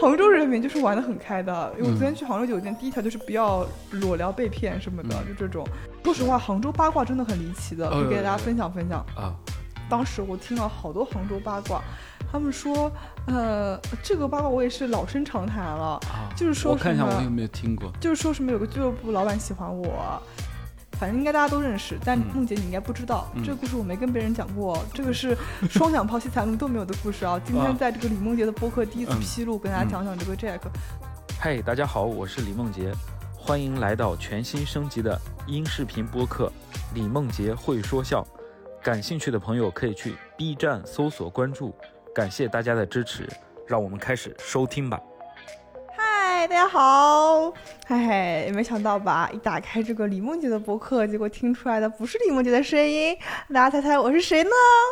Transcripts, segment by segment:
杭州人民就是玩得很开的。因为我昨天去杭州酒店，第一条就是不要裸聊被骗什么的，就这种。说实话，杭州八卦真的很离奇的，可以给大家分享分享啊。当时我听了好多杭州八卦，他们说，这个八卦我也是老生常谈了，就是说我看一下我有没有听过， 就是说什么有个俱乐部老板喜欢我。反正应该大家都认识，但梦姐你应该不知道，这个故事我没跟别人讲过，这个是双响炮、西财路都没有的故事啊。今天在这个李梦洁的播客第一次披露，跟大家讲讲这个 Jack。 嗨，大家好，我是李梦洁，欢迎来到全新升级的音视频播客李梦洁会说笑。感兴趣的朋友可以去 B 站搜索关注，感谢大家的支持，让我们开始收听吧。 嗨，大家好，嘿，没想到吧？一打开这个李梦洁的播客，结果听出来的不是李梦洁的声音，大家猜猜我是谁呢？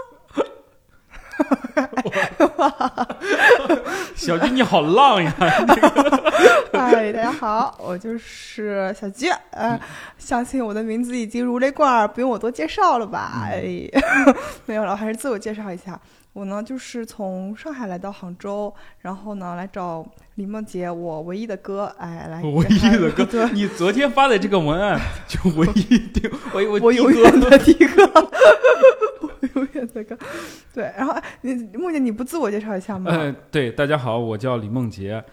小菊你好浪呀！ 嗨，大家好，我就是小菊。相信我的名字已经如雷贯耳，不用我多介绍了吧？没有了，还是自我介绍一下。我呢，就是从上海来到杭州，然后呢来找李梦洁，我唯一的歌，来唯一的歌。你昨天发的这个文案就唯一的， 我永远的第一个，我永远的歌。对，然后梦洁，你不自我介绍一下吗？ 对，大家好，我叫李梦洁，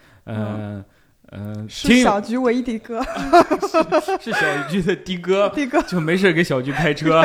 是小菊唯一的歌， 是小菊的的哥， 的哥就没事给小菊开车。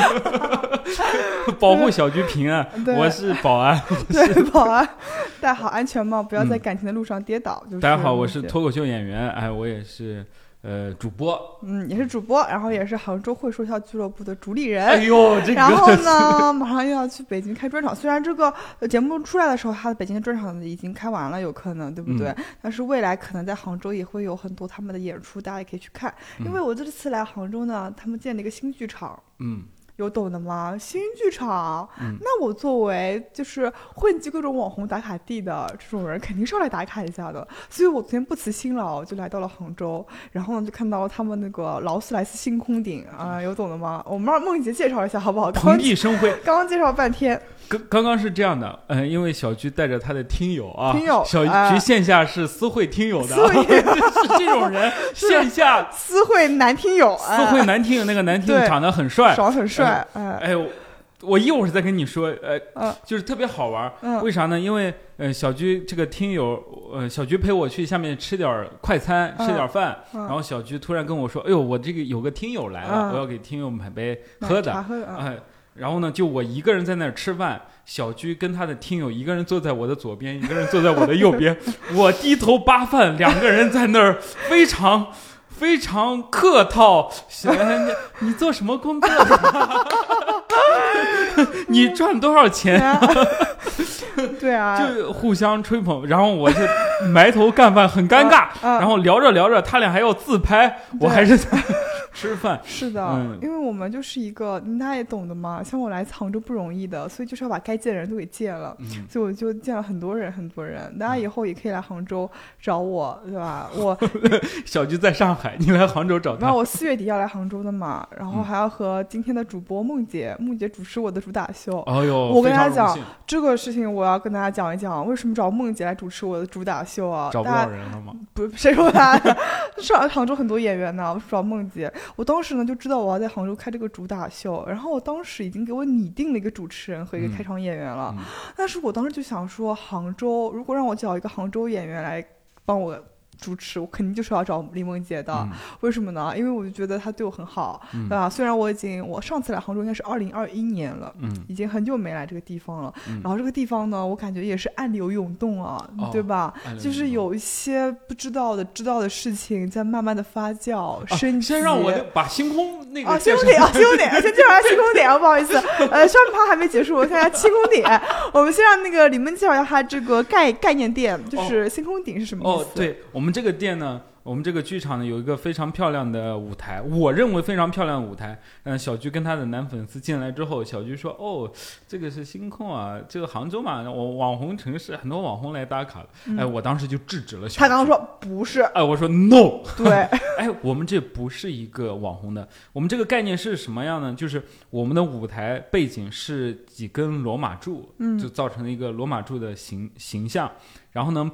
保护小菊平安，我是保安， 对，保安，戴好安全帽，不要在感情的路上跌倒。就是、 大家好，我是脱口秀演员，我也是主播， 也是主播，然后也是杭州会说笑俱乐部的主理人。 哎呦，这个， 然后呢，马上又要去北京开专场，虽然这个节目出来的时候，他的北京的专场已经开完了，有可能，对不对？但是未来可能在杭州也会有很多他们的演出，大家也可以去看。因为我这次来杭州呢，他们建了一个新剧场，有懂的吗？新剧场，那我作为就是混迹各种网红打卡地的这种人，肯定是要来打卡一下的。所以我昨天不辞辛劳就来到了杭州，然后呢就看到了他们那个劳斯莱斯星空顶有懂的吗？我们让梦洁介绍一下好不好？ 蓬荜生辉。 刚刚介绍了半天。 刚刚是这样的，因为小菊带着他的听友啊，小菊线下是私会听友的，是这种人，线下私会男听友， 私会男听友，那个男听友长得很帅， 长得很帅， 我一会儿再跟你说，就是特别好玩，为啥呢？因为小菊这个听友，小菊陪我去下面吃点快餐，吃点饭，然后小菊突然跟我说，哎呦，我这个有个听友来了，我要给听友买杯喝的，然后呢，就我一个人在那儿吃饭，小菊跟他的听友一个人坐在我的左边，一个人坐在我的右边，我低头扒饭，两个人在那儿非常非常客套。你做什么工作的？你赚多少钱？ 对啊， 就互相吹捧，然后我就埋头干饭，很尴尬。然后聊着聊着，他俩还要自拍，我还是在吃饭。 是的，因为我们就是一个，大家也懂的嘛。像我来杭州不容易的，所以就是要把该见的人都给见了。所以我就见了很多人，很多人。大家以后也可以来杭州找我，对吧？我小菊在上海，你来杭州找他。 然后我4月底要来杭州的嘛，然后还要和今天的主播梦洁主持我的主打秀。 哎呦， 我跟大家讲这个事情，我要跟大家讲一讲，为什么找梦洁来主持我的主打秀啊？ 找不到人了吗？ 不，谁说他？上杭州很多演员呢，找梦洁。我当时呢就知道我要在杭州开这个主打秀，然后我当时已经给我拟定了一个主持人和一个开场演员了。但是我当时就想说，杭州如果让我找一个杭州演员来帮我主持，我肯定就是要找李梦洁的。为什么呢？因为我就觉得他对我很好，对吧？虽然我上次来杭州应该是2021年了，已经很久没来这个地方了。然后这个地方呢，我感觉也是暗流涌动啊，对吧？就是有一些不知道的、知道的事情在慢慢的发酵、升级。 先让我把星空那个星空点，先介绍一下星空点，不好意思，上趴还没结束，我看一下星空点。我们先让那个李梦介绍一下他这个概念店，就是星空顶是什么意思？ 对，我们这个店呢，我们这个剧场呢有一个非常漂亮的舞台，我认为非常漂亮的舞台。小菊跟她的男粉丝进来之后，小菊说：“哦，这个是星空啊，这个杭州嘛，我网红城市，很多网红来打卡了。”我当时就制止了小菊。 他刚刚说不是， 我说 no， 对， 我们这不是一个网红的，我们这个概念是什么样呢？就是我们的舞台背景是几根罗马柱，就造成了一个罗马柱的形象，然后呢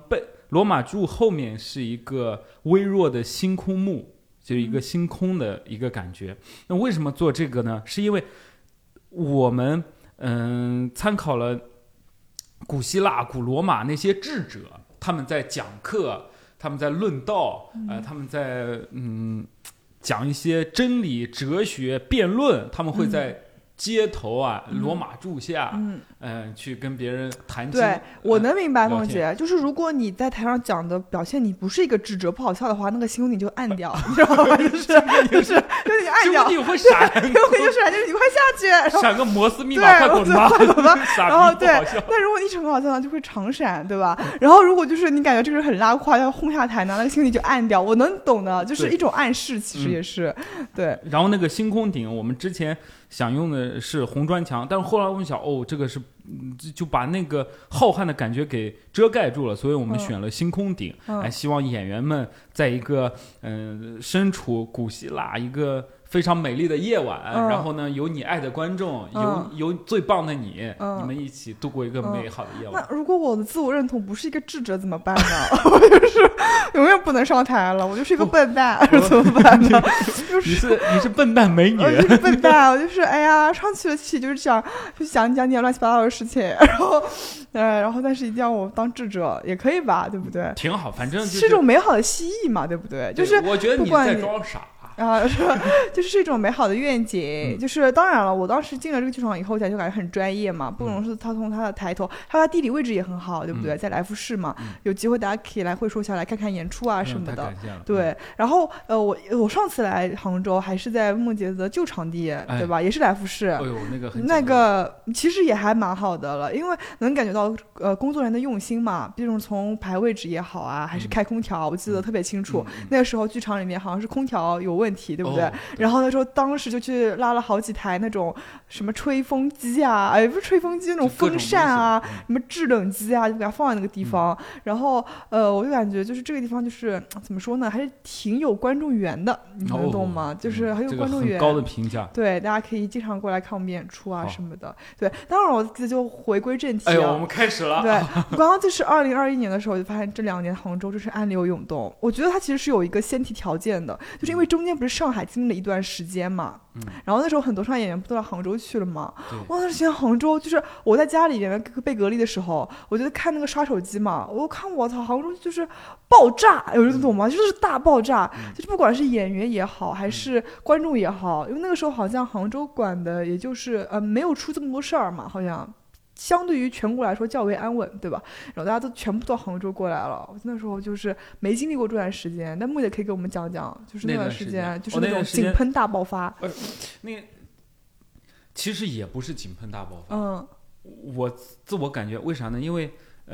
罗马柱后面是一个微弱的星空幕，就是一个星空的一个感觉。那为什么做这个呢？是因为我们参考了古希腊、古罗马那些智者，他们在讲课，他们在论道，他们在讲一些真理、哲学、辩论，他们会在街头啊，罗马柱下，去跟别人谈经。 对，我能明白，梦姐，就是如果你在台上讲的表现你不是一个智者，不好笑的话，那个星空顶就暗掉，你知道吗？就是你暗掉， 星空顶会闪， 星空顶就闪，就是你快下去， 闪个摩斯密码，快滚吧， 快滚吧。然后对， 那如果你很好笑呢，就会长闪，对吧？然后如果就是你感觉这个人很拉胯，要轰下台呢，那个星空顶就暗掉。我能懂的，就是一种暗示，其实也是对。 然后那个星空顶，我们之前想用的是红砖墙，但是后来我们想，这个是就把那个浩瀚的感觉给遮盖住了，所以我们选了星空顶，希望演员们在一个身处古希腊一个非常美丽的夜晚，然后呢，有你爱的观众，有最棒的你们一起度过一个美好的夜晚。 那如果我的自我认同不是一个智者怎么办呢？我就是永远不能上台了，我就是一个笨蛋，怎么办呢？ 你是笨蛋美女， 我就是笨蛋，我就是哎呀，上去了气就是讲点乱七八糟的事情，然后但是一定要我当智者也可以吧，对不对？ 挺好，反正就是一种美好的蜥蜴嘛，对不对？就是我觉得你在装傻。 就是一种美好的愿景，就是当然了，我当时进了这个剧场以后，就感觉很专业嘛，不光是他从他的抬头，他地理位置也很好，对不对？在来福士嘛，有机会大家可以来会说下来看看演出啊什么的。对，然后我上次来杭州还是在梦洁的旧场地，对吧？也是来福士。 哎呦， 那个其实也还蛮好的了，因为能感觉到工作人员的用心嘛，毕竟从排位置也好啊，还是开空调，我记得特别清楚。那个时候剧场里面好像是空调有问题，对不对？然后那时候当时就去拉了好几台那种什么吹风机啊，不是吹风机，那种风扇啊，什么制冷机啊，就给它放在那个地方。然后我就感觉就是这个地方就是怎么说呢，还是挺有观众缘的，你能懂吗？就是很有观众缘， 这个很高的评价。 对，大家可以经常过来看我们演出啊什么的。对，当然我就回归正题我们开始了。 对，我刚刚就是2021年的时候就发现这2年杭州就是暗流涌动，我觉得它其实是有一个先提条件的，就是因为中间不是上海经历了一段时间嘛，然后那时候很多上海演员不都到杭州去了嘛，我当时想杭州就是我在家里面被隔离的时候，我就看那个刷手机嘛，我看我操杭州就是爆炸，有人懂吗？就是大爆炸，就是不管是演员也好还是观众也好，因为那个时候好像杭州管的也就是没有出这么多事儿嘛，好像相对于全国来说较为安稳，对吧？然后大家都全部到杭州过来了，那时候就是没经历过这段时间，但木姐可以给我们讲讲，就是那段时间就是那种井喷大爆发。 那其实也不是井喷大爆发，我自我感觉为啥呢？因为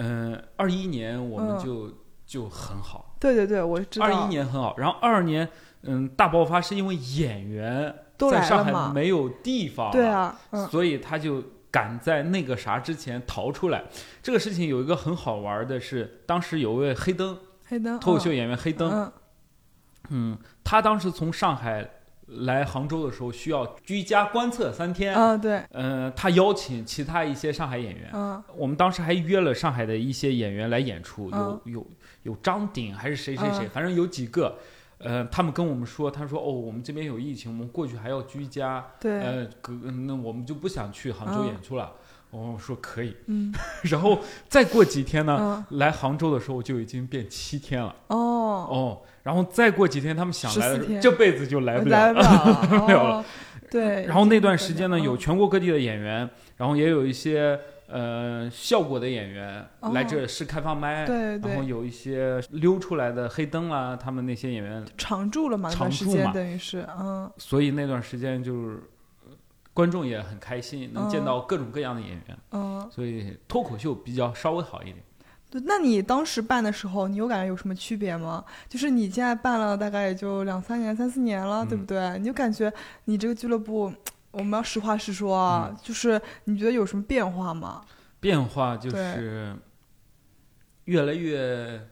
21年我们就很好， 对，我知道 21年很好，然后22年大爆发是因为演员在上海没有地方， 对啊， 所以他就赶在那个啥之前逃出来。这个事情有一个很好玩的是，当时有位黑灯脱口秀演员黑灯，他当时从上海来杭州的时候需要居家观测3天， 对， 他邀请其他一些上海演员，我们当时还约了上海的一些演员来演出，有张鼎还是谁，反正有几个。他们跟我们说，他说我们这边有疫情，我们过去还要居家， 对， 那我们就不想去杭州演出了。我说可以，然后再过几天呢，来杭州的时候就已经变7天了。然后再过几天他们想来的时候，这辈子就来不了了。 对。 然后那段时间呢，有全国各地的演员，然后也有一些效果的演员来这试开放麦， 对， 然后有一些溜出来的黑灯啦，他们那些演员常驻了嘛，那段时间等于是所以那段时间就是观众也很开心，能见到各种各样的演员，所以脱口秀比较稍微好一点。 对，那你当时办的时候，你有感觉有什么区别吗？就是你现在办了大概也就2-3年、3-4年了，对不对？你就感觉你这个俱乐部，我们要实话实说啊，就是你觉得有什么变化吗？ 变化就是越来越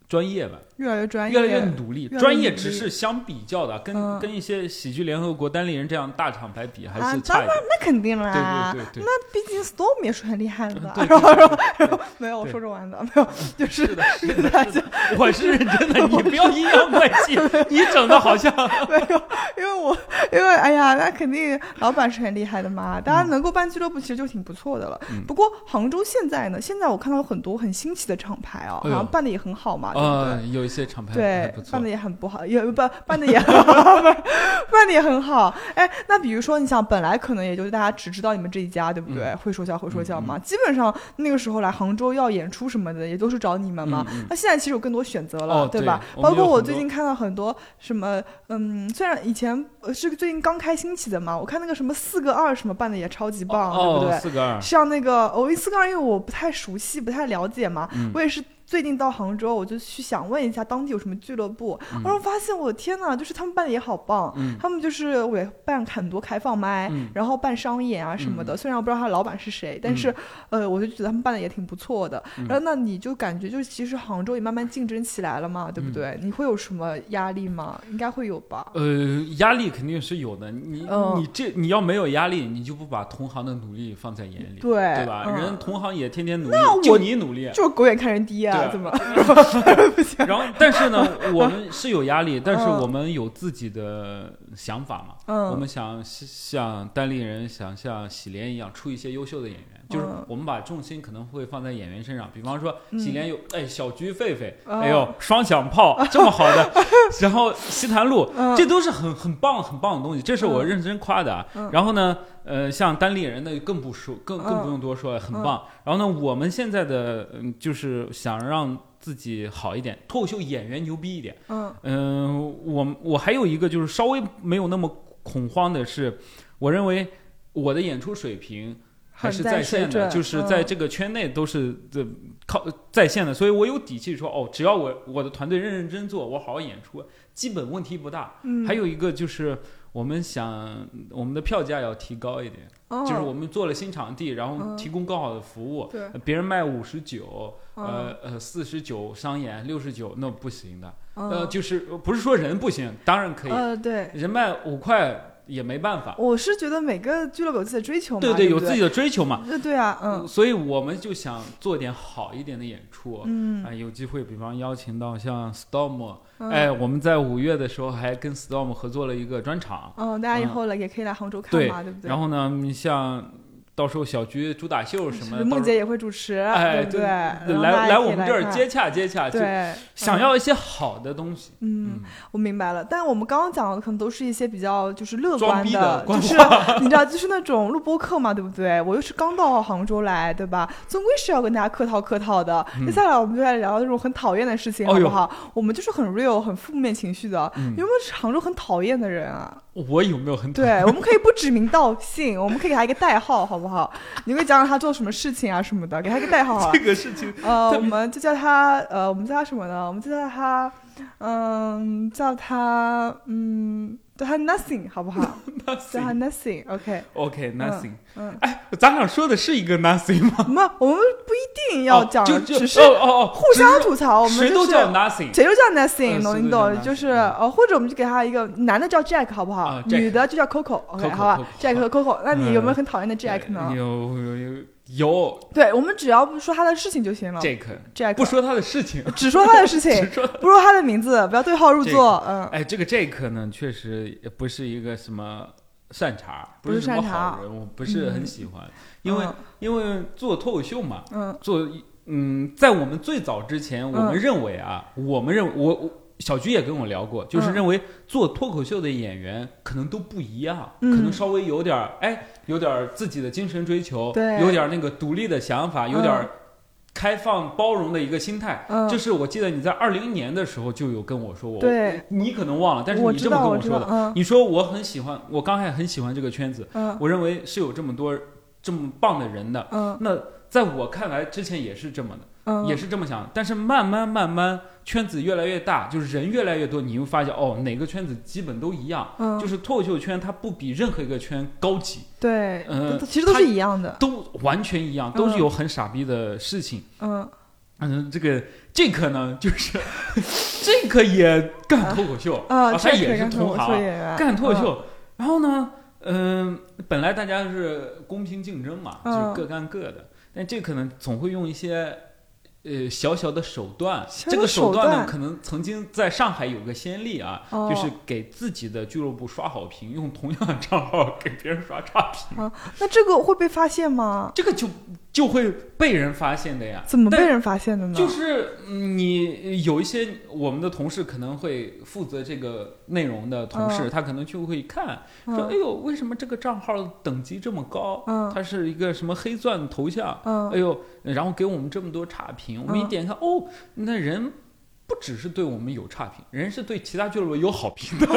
专业吧， 越来越专业， 越来越努力。专业只是相比较的，跟一些喜剧联合国、单立人这样大厂牌比，还是差一点。 那肯定啦， 对。 那毕竟 Storm 也是很厉害的。没有，我说着玩的，没有，就是的。我是认真的，你不要阴阳怪气，你整的好像没有，因为哎呀，那肯定老板是很厉害的嘛。大家能够办俱乐部，其实就挺不错的了。不过杭州现在我看到有很多很新奇的厂牌啊，好像办的也很好嘛，对不对？ 有一些厂牌对不错， 办的也很不好，也不办的也很好，办的也很好。哎，那比如说你想，本来可能也就是大家只知道你们这一家，对不对？会说笑嘛，基本上那个时候来杭州要演出什么的，也都是找你们嘛。那现在其实有更多选择了，对吧？包括我最近看到很多什么，虽然以前是最近刚开兴起的嘛，我看那个什么4个2什么办的也超级棒，对不对 ？4个2， 像那个4个2，因为我不太熟悉，不太了解嘛，我也是。最近到杭州，我就去想问一下当地有什么俱乐部，然后发现我的天哪，就是他们办的也好棒，他们就是我也办很多开放麦，然后办商演啊什么的。虽然我不知道他老板是谁，但是我就觉得他们办的也挺不错的。然后那你就感觉就是其实杭州也慢慢竞争起来了嘛，对不对？你会有什么压力吗？应该会有吧。 压力肯定是有的。你要没有压力，你就不把同行的努力放在眼里，对吧？人同行也天天努力，就你努力， 就是狗眼看人低啊。怎么？ 然后，但是呢，我们是有压力，但是我们有自己的想法嘛。我们想像单立人，想像喜莲一样出一些优秀的演员，就是我们把重心可能会放在演员身上。比方说，喜莲有小菊、狒狒，双响炮这么好的，然后西坛路，这都是很棒的东西，这是我认真夸的。然后呢，像单立人的更不说，更不用多说了，很棒。然后呢，我们现在的就是想让自己好一点，脱口秀演员牛逼一点。我还有一个就是稍微没有那么恐慌的是，我认为我的演出水平还是在线的，就是在这个圈内都是靠在线的，所以我有底气说只要我的团队认真做，我好好演出，基本问题不大。还有一个就是我们想我们的票价要提高一点，就是我们做了新场地，然后提供更好的服务。别人卖59， 49商演69，那不行的。就是不是说人不行，当然可以。 对， 人卖5块。也没办法， 我是觉得每个俱乐部有自己的追求嘛， 对，有自己的追求嘛， 对啊， 所以我们就想做点好一点的演出，有机会，比方邀请到像 Storm，我们在5月的时候还跟 Storm 合作了一个专场， 大家以后也可以来杭州看嘛，对不对？ 然后呢，你像到时候小菊主打秀什么的， 梦姐也会主持，对不对？ 来我们这儿接洽， 对， 想要一些好的东西。 我明白了。但我们刚刚讲的可能都是一些比较就是乐观的， 就是你知道，就是那种录播课嘛，对不对？我又是刚到杭州来，对吧？总归是要跟大家客套的。接下来我们就来聊那种很讨厌的事情，好不好？我们就是很 real、很负面情绪的。有没有杭州很讨厌的人啊？ 我有没有很讨厌？ 对，我们可以不指名道姓，我们可以给他一个代号，好不好？你会讲讲他做什么事情啊什么的，给他一个代号好了。 这个事情， 我们就叫他我们叫他什么呢？我们就叫他叫他 nothing 好不好？叫他 nothing，OK nothing。咱俩说的是一个 nothing 吗？ 我们不一定要讲，只是互相吐槽。我们谁都叫 nothing， 谁都叫 nothing，你懂？就是或者我们就给他一个男的叫 Jack 好不好？女的就叫 Coco，OK 好吧 ？Jack 和 Coco， 那你有没有很讨厌的 Jack 呢？ 有， 对，我们只要不说他的事情就行了。Jack 不说他的事情， 只说他的事情，不说他的名字，不要对号入座。 这个 Jack 呢，确实也不是一个什么善茬，不是什么好人，我不是很喜欢。因为做脱口秀嘛，在我们最早之前，我们认为小菊也跟我聊过，就是认为做脱口秀的演员可能都不一样，可能稍微有点自己的精神追求，有点那个独立的想法，有点开放包容的一个心态。这是我记得你在2020年的时候就有跟我说过，你可能忘了，但是你这么跟我说的。你说我很喜欢，我刚才很喜欢这个圈子，我认为是有这么多这么棒的人的。那在我看来，之前也是这么的，也是这么想。但是慢慢圈子越来越大，就是人越来越多，你会发现哪个圈子基本都一样。就是脱口秀圈它不比任何一个圈高级。 对，其实都是一样的， 都完全一样，都是有很傻逼的事情。 这个Jake 呢，就是Jake 也干脱口秀他也是同行干脱口秀。然后呢，本来大家是公平竞争嘛，就是各干各的，但Jake呢总会用一些小小的手段，这个手段呢，可能曾经在上海有个先例啊，就是给自己的俱乐部刷好评，用同样的账号给别人刷差评。 那这个会被发现吗？ 这个就会被人发现的呀。 怎么被人发现的呢？ 就是你有一些我们的同事可能会负责这个内容的同事，他可能就会看，说哎呦，为什么这个账号等级这么高？它是一个什么黑钻头像？哎呦，然后给我们这么多差评，我们一点看，哦，那人不只是对我们有差评，人是对其他俱乐部有好评的。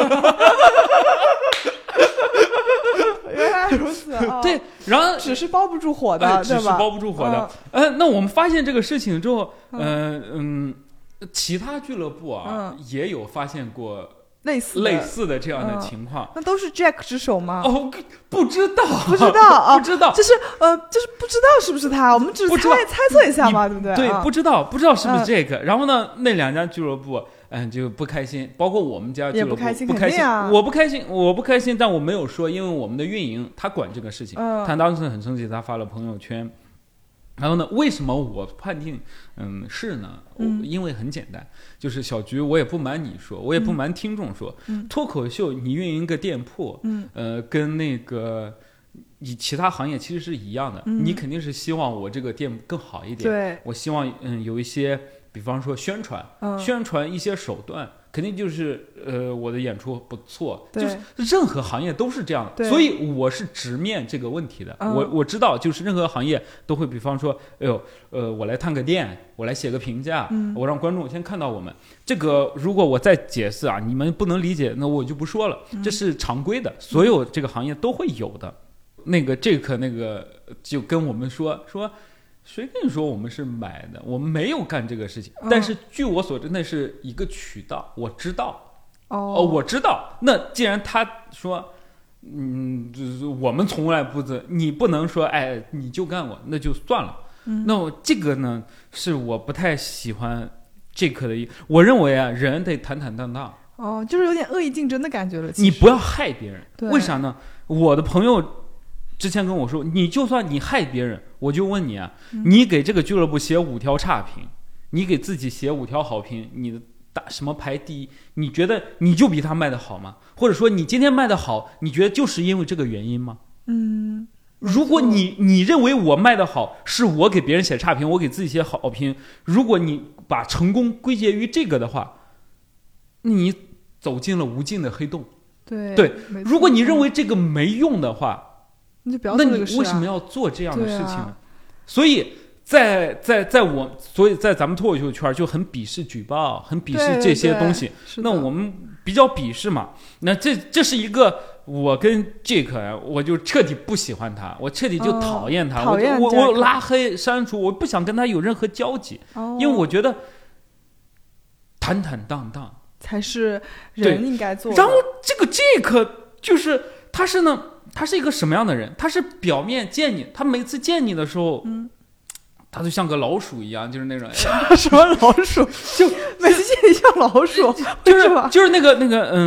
原来如此啊！ 对，然后只是包不住火的， 只是包不住火的。那我们发现这个事情之后，其他俱乐部也有发现过类似的这样的情况。 那都是 Jack 之手吗？ 哦，不知道， 不知道， 就是不知道是不是他，我们只是猜测一下嘛，对不对？ 对，不知道是不是这个。然后呢，那两家俱乐部。就不开心，包括我们家俱乐部不开心， 我不开心，但我没有说，因为我们的运营他管这个事情，他当时很生气，他发了朋友圈。然后呢，为什么我判定是呢？因为很简单，就是小菊，我也不瞒你说，我也不瞒听众说，脱口秀你运营一个店铺，跟那个你其他行业其实是一样的，你肯定是希望我这个店更好一点， 对， 我希望有一些。比方说宣传一些手段，肯定就是我的演出不错，就是任何行业都是这样的，所以我是直面这个问题的。我知道，就是任何行业都会，比方说，哎呦，我来探个店，我来写个评价，我让观众先看到我们。这个如果我再解释啊，你们不能理解，那我就不说了。这是常规的，所有这个行业都会有的。这个就跟我们说。谁跟你说我们是买的？我们没有干这个事情。但是据我所知，那是一个渠道，我知道。我知道。那既然他说，就是我们从来不你不能说，哎，你就干过，那就算了。那我这个呢，是我不太喜欢这个的。我认为啊，人得坦坦荡荡。 就是有点恶意竞争的感觉了。 你不要害别人。为啥呢？我的朋友。之前跟我说，你就算你害别人，我就问你啊，你给这个俱乐部写5条差评，你给自己写5条好评，你的打什么排第一？你觉得你就比他卖的好吗？或者说你今天卖的好，你觉得就是因为这个原因吗？如果你认为我卖的好是我给别人写差评，我给自己写好评，如果你把成功归结于这个的话，你走进了无尽的黑洞。对，如果你认为这个没用的话，那你为什么要做这样的事情呢？所以在咱们脱口秀圈就很鄙视举报，很鄙视这些东西。那我们比较鄙视嘛。那这是一个我跟 Jake 我就彻底不喜欢他，我彻底就讨厌他，我拉黑删除，我不想跟他有任何交集，因为我觉得坦坦荡荡才是人应该做的。 然后这个 Jake 就是他是一个什么样的人？他是表面见你，他每次见你的时候，他就像个老鼠一样，就是那种什么老鼠，就每次见你像老鼠， 就是那个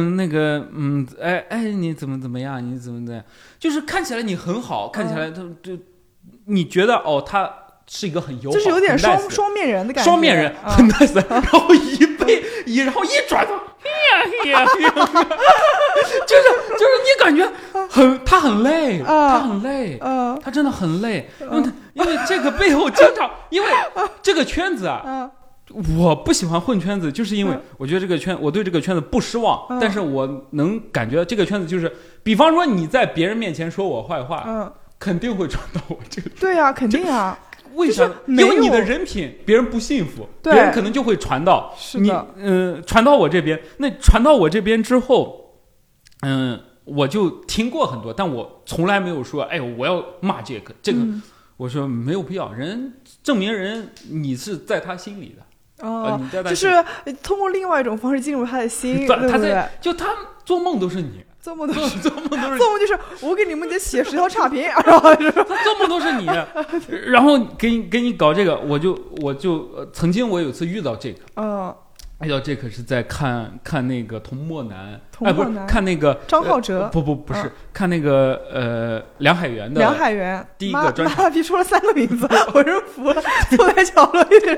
你怎么样？你怎么就是看起来你很好，看起来就你觉得他是一个很友好， 就是有点双面人的感觉， 双面人很 nice，然后然后一转头，就是你感觉他很累，他真的很累，因为这个背后经常，因为这个圈子我不喜欢混圈子，就是因为我觉得我对这个圈子不失望，但是我能感觉这个圈子就是，比方说你在别人面前说我坏话，肯定会传到我这个。 对啊，肯定啊。 为啥？因为你的人品别人不信服，别人可能就会传到你，传到我这边。那传到我这边之后，我就听过很多，但我从来没有说，哎，我要骂这个，我说没有必要。人证明人你是在他心里的， 就是通过另外一种方式进入他的心，对不对？ 就他做梦都是你。 做梦都是做梦就是我给你们姐写10条差评，然后做梦都是你，然后给你搞这个，我就曾经我有一次遇到这个，遇到这个是在看那个童漠男，不是看那个张浩哲， 不是看那个梁海源第一个专场， 妈逼说了3个名字，我真服了，坐在角落里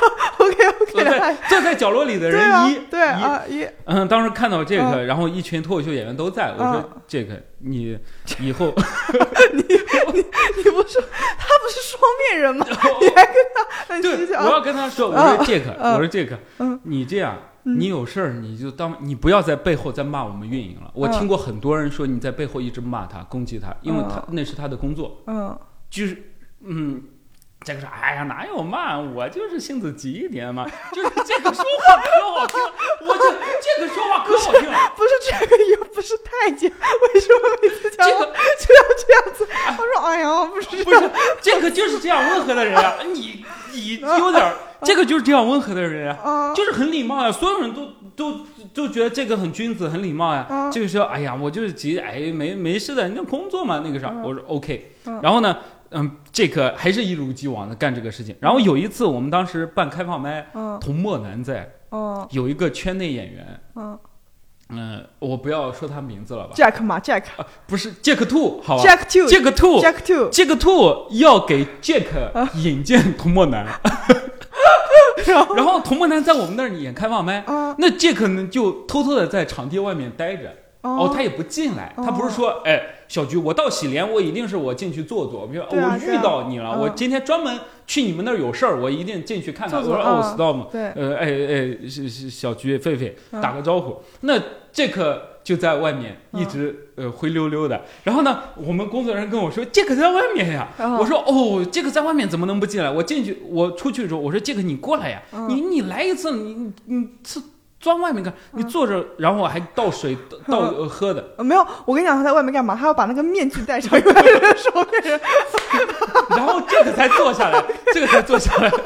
，OK， 坐在角落里的人一， 当时看到这个，然后一群脱口秀演员都在，我说这个你以后你不是他不是双面人吗？你还跟他对，我要跟他说，我说这个，你这样，你有事儿你就你不要在背后再骂我们运营了。我听过很多人说你在背后一直骂他、攻击他，因为那是他的工作。就是这个说，哎呀，哪有骂，我就是性子急一点嘛，就是这个说话可好听，我就这个说话可好听了。 不是这个又不是太监，为什么每次讲就要这样子？他说，哎呀，不是这个就是这样温和的人啊，你有点这个就是这样温和的人啊，就是很礼貌呀，所有人都觉得这个很君子很礼貌呀。这个时候，哎呀，我就是急，哎，没事的，你那工作嘛，那个啥，我说 OK，然后呢。这个还是一如既往的干这个事情。然后有一次我们当时办开放麦，童漠男在，有一个圈内演员，我不要说他名字了吧 ，Jack 嘛 ，Jack， 不是 Jack Two， 好吧 ，Jack Two 要给 Jack 引荐童漠男。然后童漠男在我们那儿演开放麦，那 Jack 呢就偷偷的在场地外面待着。他也不进来，他不是说，哎，小菊，我到喜莲，我一定是我进去坐坐，比如我遇到你了，我今天专门去你们那儿有事儿，我一定进去看看。我说Storm，小菊、狒狒打个招呼。那这个就在外面一直灰溜溜的。然后呢，我们工作人员跟我说，这个在外面呀。我说这个在外面怎么能不进来？我进去，我出去的时候，我说这个你过来呀，你来一次，你钻外面看，你坐着，然后我还倒水倒喝的。 没有，我跟你讲，他在外面干嘛？他要把那个面具戴上，原来是双面人。 然后这个才坐下来，这个才坐下来，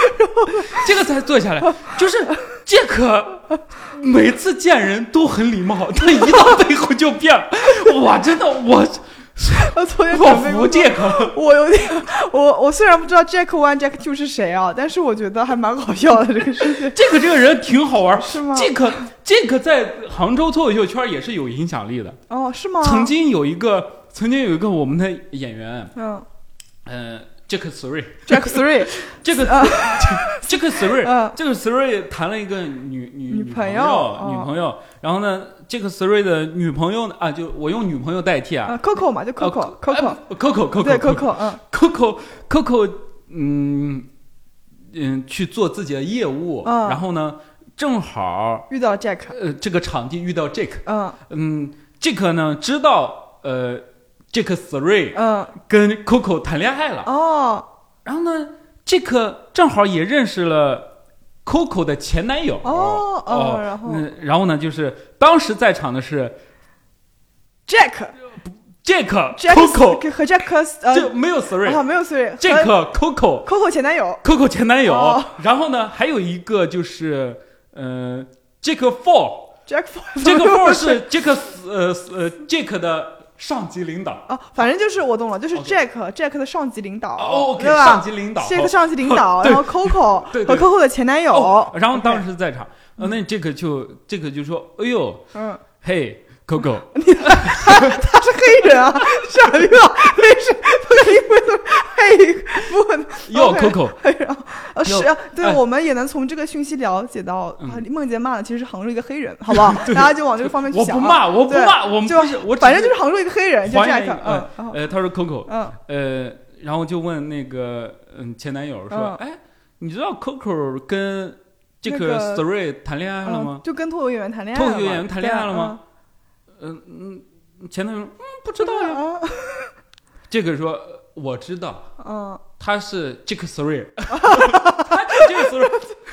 就是杰克每次见人都很礼貌，他一到背后就变了。哇，真的我昨天我服杰克， 我有点，我虽然不知道 Jack One Jack Two 是谁啊，但是我觉得还蛮搞笑的这个事情。 这个人挺好玩， 是吗？ 杰克在杭州脱口秀圈也是有影响力的。 是吗？ 曾经有一个我们的演员，Jack Three， 这个 Three 谈了一个女朋友，然后呢，Jack Three 的女朋友啊，就我用女朋友代替啊 ，Coco 嘛，就 Coco， 对 Coco， 去做自己的业务，然后呢，正好遇到 Jack， 这个场地遇到 Jack，Jack 呢知道Jack Three 跟 Coco 谈恋爱了然后呢 Jack 正好也认识了 Coco 的前男友然后呢就是当时在场的是 Jack Coco 和 Jack 就没有 Three 没有 Three Jack Coco 前男友然后呢还有一个就是Jack Four 是 Jack 的上级领导反正就是我懂了，就是 Jack 的上级领导 ，OK， 上级领导 ，Jack 上级领导，然后 Coco 和 Coco 的前男友， 然后当时在场，那这个就说，哎呦，嘿 ，Coco， 他是黑人啊，傻逼吧？没事，不可以嘿，不可能。 哟 ，Coco， 是啊，对，我们也能从这个讯息了解到，梦洁骂的其实是杭州一个黑人，好不好？大家就往这个方面去想。 我不骂，我们不是， 反正就是杭州一个黑人，就 Jack， 他说 Coco，然后就问那个前男友说，哎，你知道 Coco 跟这个 Three 谈恋爱了吗？ 就跟脱口演员谈恋爱了吗？前男友不知道呀。这个说我知道，他是 Jack Three， 他就是 Jack Three，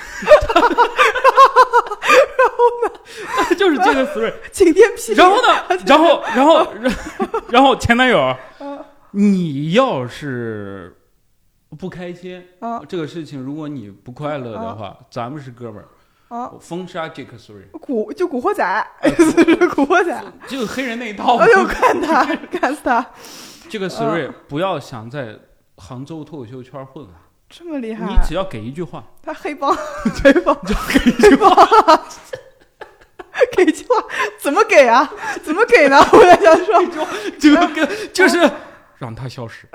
然后呢， 他就是 Jack Three， 晴天霹雳。 然后呢，然后前男友，你要是不开心，这个事情如果你不快乐的话，咱们是哥们儿。 啊， 封杀 Jack Suri， 古惑仔，古惑仔， 就黑人那一套。 哎呦，干死他 ！Jack Suri 不要想在杭州脱口秀圈混了， 这么厉害！ 你只要给一句话， 他黑帮，就给一句话，给一句话，怎么给啊？怎么给呢？我在想说， 就是让他消失。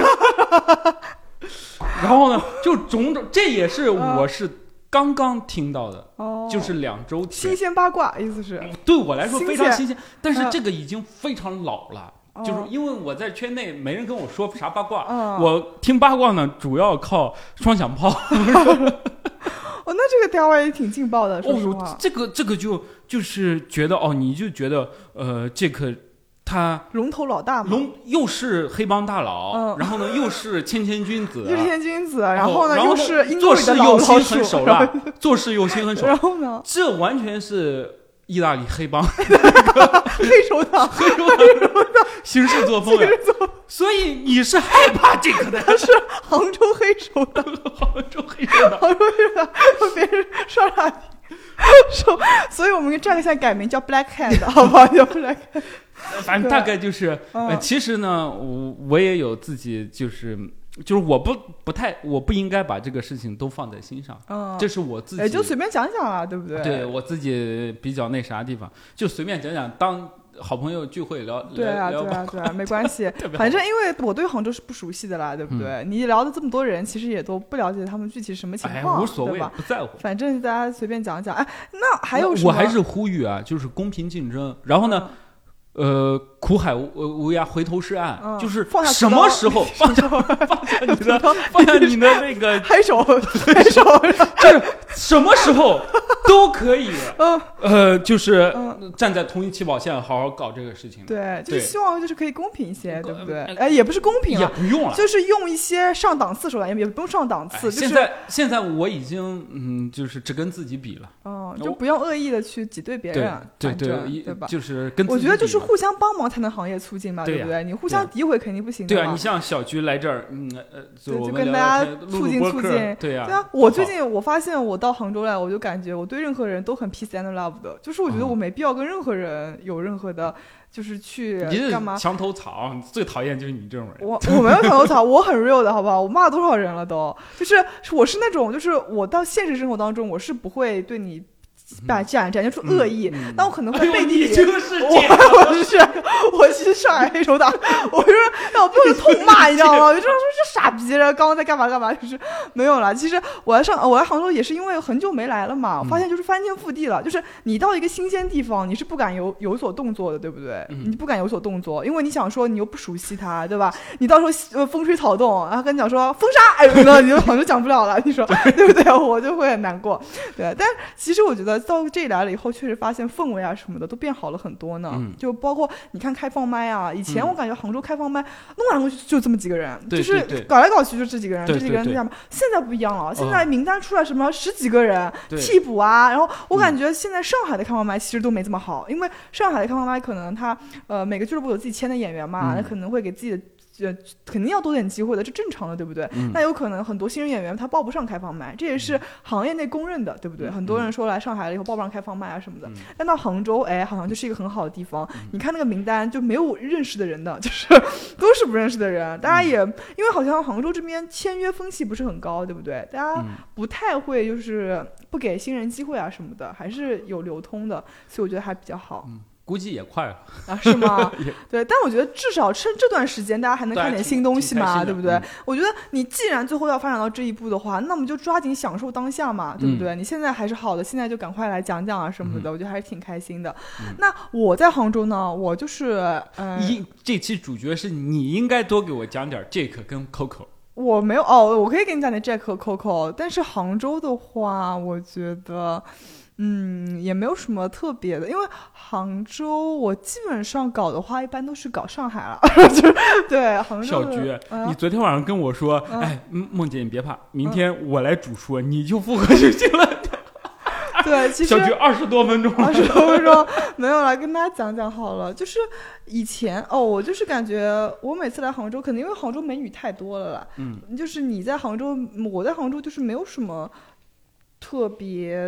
然后呢，就种种，这也是我是刚刚听到的，就是2周前， 新鲜八卦，意思是对我来说非常新鲜，但是这个已经非常老了。就是因为我在圈内没人跟我说啥八卦，我听八卦呢主要靠双响炮。 那这个调位也挺劲爆的，说实话。 这个就是觉得你就觉得这个他龙头老大嘛， 又是黑帮大佬，然后呢又是谦君子， 然后呢又是做事又心狠手辣，做事又心狠手辣。 然后呢， 这完全是意大利黑帮黑手党行事作风。所以你是害怕这个的？ 他是杭州黑手党， 杭州黑手党， 别人刷傻逼。所以我们这个现在改名叫 Black Hand， 好不好？叫 Black Hand。 反正大概就是，其实呢，我也有自己就是我不应该把这个事情都放在心上，这是我自己， 也就随便讲讲了，对不对？ 对我自己比较那啥地方，就随便讲讲，当好朋友聚会聊。 对啊，没关系，反正因为我对杭州是不熟悉的啦，对不对？你聊的这么多人，其实也都不了解他们具体什么情况， 无所谓，不在乎， 反正大家随便讲讲。那还有什么？ 我还是呼吁啊，就是公平竞争，然后呢？苦海无涯回头是岸，就是什么时候放下你的那个黑手， 就是什么时候都可以，就是站在同一起跑线，好好搞这个事情。 对，就是希望就是可以公平一些，对不对？也不是公平， 也不用了， 就是用一些上档次手段，也不用上档次。 现在我已经就是只跟自己比了， 就不用恶意的去挤兑别人， 对吧？ 就是跟我觉得就是互相帮忙才能行业促进嘛，对不对？你互相诋毁肯定不行的。 对啊，你像小菊来这儿， 就跟大家促进。 对啊， 我最近我发现我到杭州来，我就感觉我对任何人都很 peace and love 的，就是我觉得我没必要跟任何人有任何的。就是去干嘛？ 墙头草，最讨厌就是你这种人。 我没有墙头草，我很 real 的，好不好？我骂多少人了都？就是我是那种，就是我到现实生活当中，我是不会对你展现出恶意，但我可能会背地里，我是上海黑手党，我就是我不是痛骂，你知道吗？我就说这傻逼，刚刚在干嘛，就是没有了。其实我来杭州也是因为很久没来了嘛，我发现就是翻天覆地了。就是你到一个新鲜地方，你是不敢有所动作的，对不对？你不敢有所动作，因为你想说你又不熟悉它，对吧？你到时候风吹草动，然后跟你讲说封杀，你就好像讲不了了，你说对不对？我就会很难过。对，但其实我觉得到这里来了以后，确实发现氛围啊什么的都变好了很多呢。就包括你看开放麦啊，以前我感觉杭州开放麦弄来弄去就这么几个人，就是搞来搞去就这几个人，这几个人这样。现在不一样了，现在名单出来什么10几个人替补啊，然后我感觉现在上海的开放麦其实都没这么好，因为上海的开放麦可能他每个俱乐部有自己签的演员嘛，那可能会给自己的。肯定要多点机会的，这正常的，对不对？那有可能很多新人演员他报不上开放麦，这也是行业内公认的，对不对？很多人说来上海了以后报不上开放麦啊什么的，但到杭州，好像就是一个很好的地方。你看那个名单就没有认识的人的，就是都是不认识的人。大家也因为好像杭州这边签约风气不是很高，对不对？大家不太会就是不给新人机会啊什么的，还是有流通的，所以我觉得还比较好。 估计也快了啊？是吗？对，但我觉得至少趁这段时间，大家还能看点新东西嘛，对不对？我觉得你既然最后要发展到这一步的话，那我们就抓紧享受当下嘛，对不对？你现在还是好的，现在就赶快来讲讲啊什么的，我觉得还是挺开心的。那我在杭州呢，我就是这期主角是你，应该多给我讲点 Jack 跟 Coco。 我没有我可以给你讲点 Jack 和 Coco， 但是杭州的话，我觉得。也没有什么特别的，因为杭州我基本上搞的话，一般都是搞上海了，就是对杭州。 小菊，你昨天晚上跟我说，梦姐你别怕，明天我来主说，你就复合就行了。 对，其实小菊20多分钟没有了，跟大家讲讲好了。就是以前我就是感觉我每次来杭州，可能因为杭州美女太多了啦，就是你在杭州，我在杭州就是没有什么特别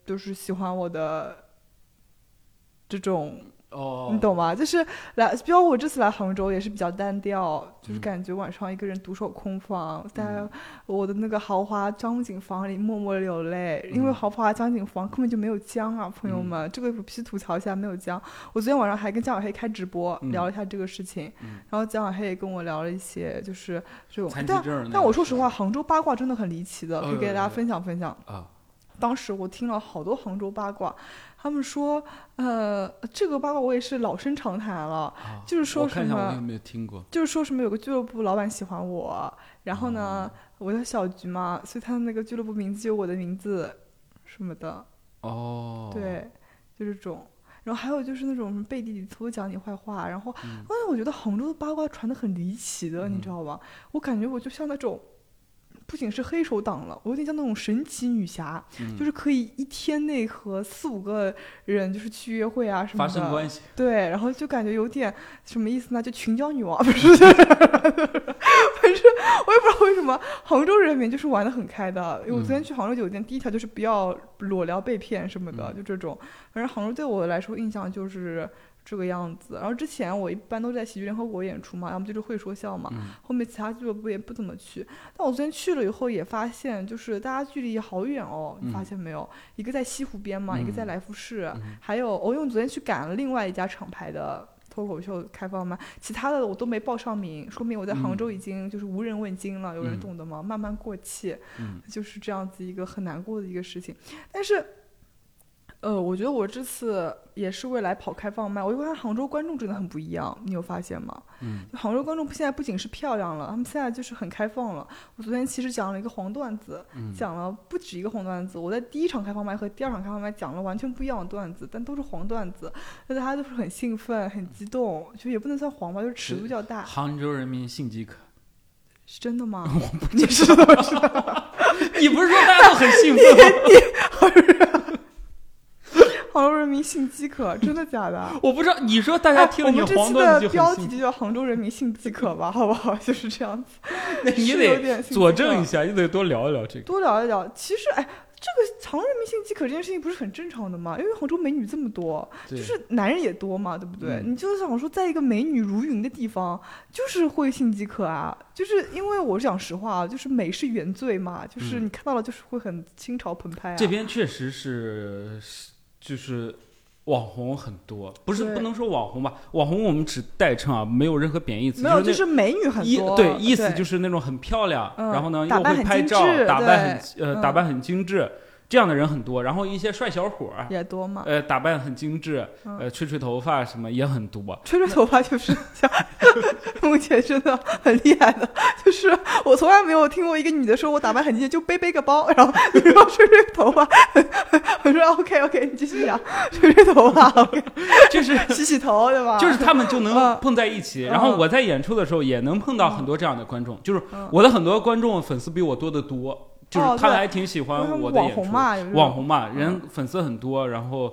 就是喜欢我的这种。你懂吗？就是比如我这次来杭州也是比较单调，就是感觉晚上一个人独守空房，在我的那个豪华江景房里默默流泪，因为豪华江景房根本就没有江啊，朋友们，这个必须吐槽一下，没有江。我昨天晚上还跟江小黑开直播，聊了一下这个事情，然后江小黑也跟我聊了一些就是这种但我说实话，杭州八卦真的很离奇的，可以给大家分享分享啊。当时我听了好多杭州八卦，他们说，这个八卦我也是老生常谈了，就是说什么，我看一下我有没有听过， 就是说什么有个俱乐部老板喜欢我，然后呢，我叫小菊嘛，所以他的那个俱乐部名字就有我的名字什么的。对，就这种。然后还有就是那种背地里偷偷讲你坏话，然后，我觉得杭州的八卦传得很离奇的，你知道吧？我感觉我就像那种。不仅是黑手党了，我有点像那种神奇女侠，就是可以一天内和4-5个人就是去约会啊什么的， 发生关系。 对，然后就感觉有点什么意思呢？就群交女王不是？反正我也不知道为什么杭州人民就是玩得很开的。我昨天去杭州酒店，第一条就是不要裸聊被骗什么的，就这种。反正杭州对我来说印象就是这个样子。然后之前我一般都在喜剧联合国演出嘛，要么就是会说笑嘛，后面其他俱乐部也不怎么去。但我昨天去了以后也发现，就是大家距离好远哦，你发现没有？一个在西湖边嘛，一个在来福士，还有因为我昨天去赶了另外一家厂牌的脱口秀开放麦，其他的我都没报上名，说明我在杭州已经就是无人问津了，有人懂得吗？慢慢过气，就是这样子一个很难过的一个事情。但是我觉得我这次也是为来跑开放麦，我发现杭州观众真的很不一样，你有发现吗？杭州观众现在不仅是漂亮了，他们现在就是很开放了。我昨天其实讲了一个黄段子，讲了不止一个黄段子。我在第一场开放麦和第二场开放麦讲了完全不一样的段子，但都是黄段子，大家都是很兴奋、很激动，就也不能算黄吧，就是尺度较大。 杭州人民性饥渴， 是真的吗？ 我不你是怎么知道？ 你不是说大家都很兴奋吗？ 杭州人民性饥渴，真的假的？ 我不知道，你说大家听了你黄段子就很兴奋。我们这期的标题就叫杭州人民性饥渴吧，好不好？就是这样子。 那你得佐证一下，你得多聊一聊这个。 多聊一聊，其实这个杭州人民性饥渴这件事情不是很正常的吗？因为杭州美女这么多，就是男人也多嘛，对不对？你就想说，在一个美女如云的地方，就是会性饥渴啊。就是因为我讲实话，就是美是原罪嘛，就是你看到了就是会很心潮澎湃啊。 这边确实是。就是网红很多，不能说网红吧，网红我们只代称啊，没有任何贬义词。 没有，就是美女很多。 对，意思就是那种很漂亮，然后呢又会拍照，打扮很精致。这样的人很多，然后一些帅小伙也多嘛， 打扮很精致，吹头发什么也很多。 吹头发就是像目前真的很厉害的，就是我从来没有听过一个女的说我打扮很精致就背个包，然后你说吹头发，我说 OK 你继续讲，吹头发 OK， 就是洗头对吧？ 就是他们就能碰在一起，然后我在演出的时候也能碰到很多这样的观众，就是我的很多观众粉丝比我多得多。就是他还挺喜欢我的演出，网红嘛，人粉丝很多，然后，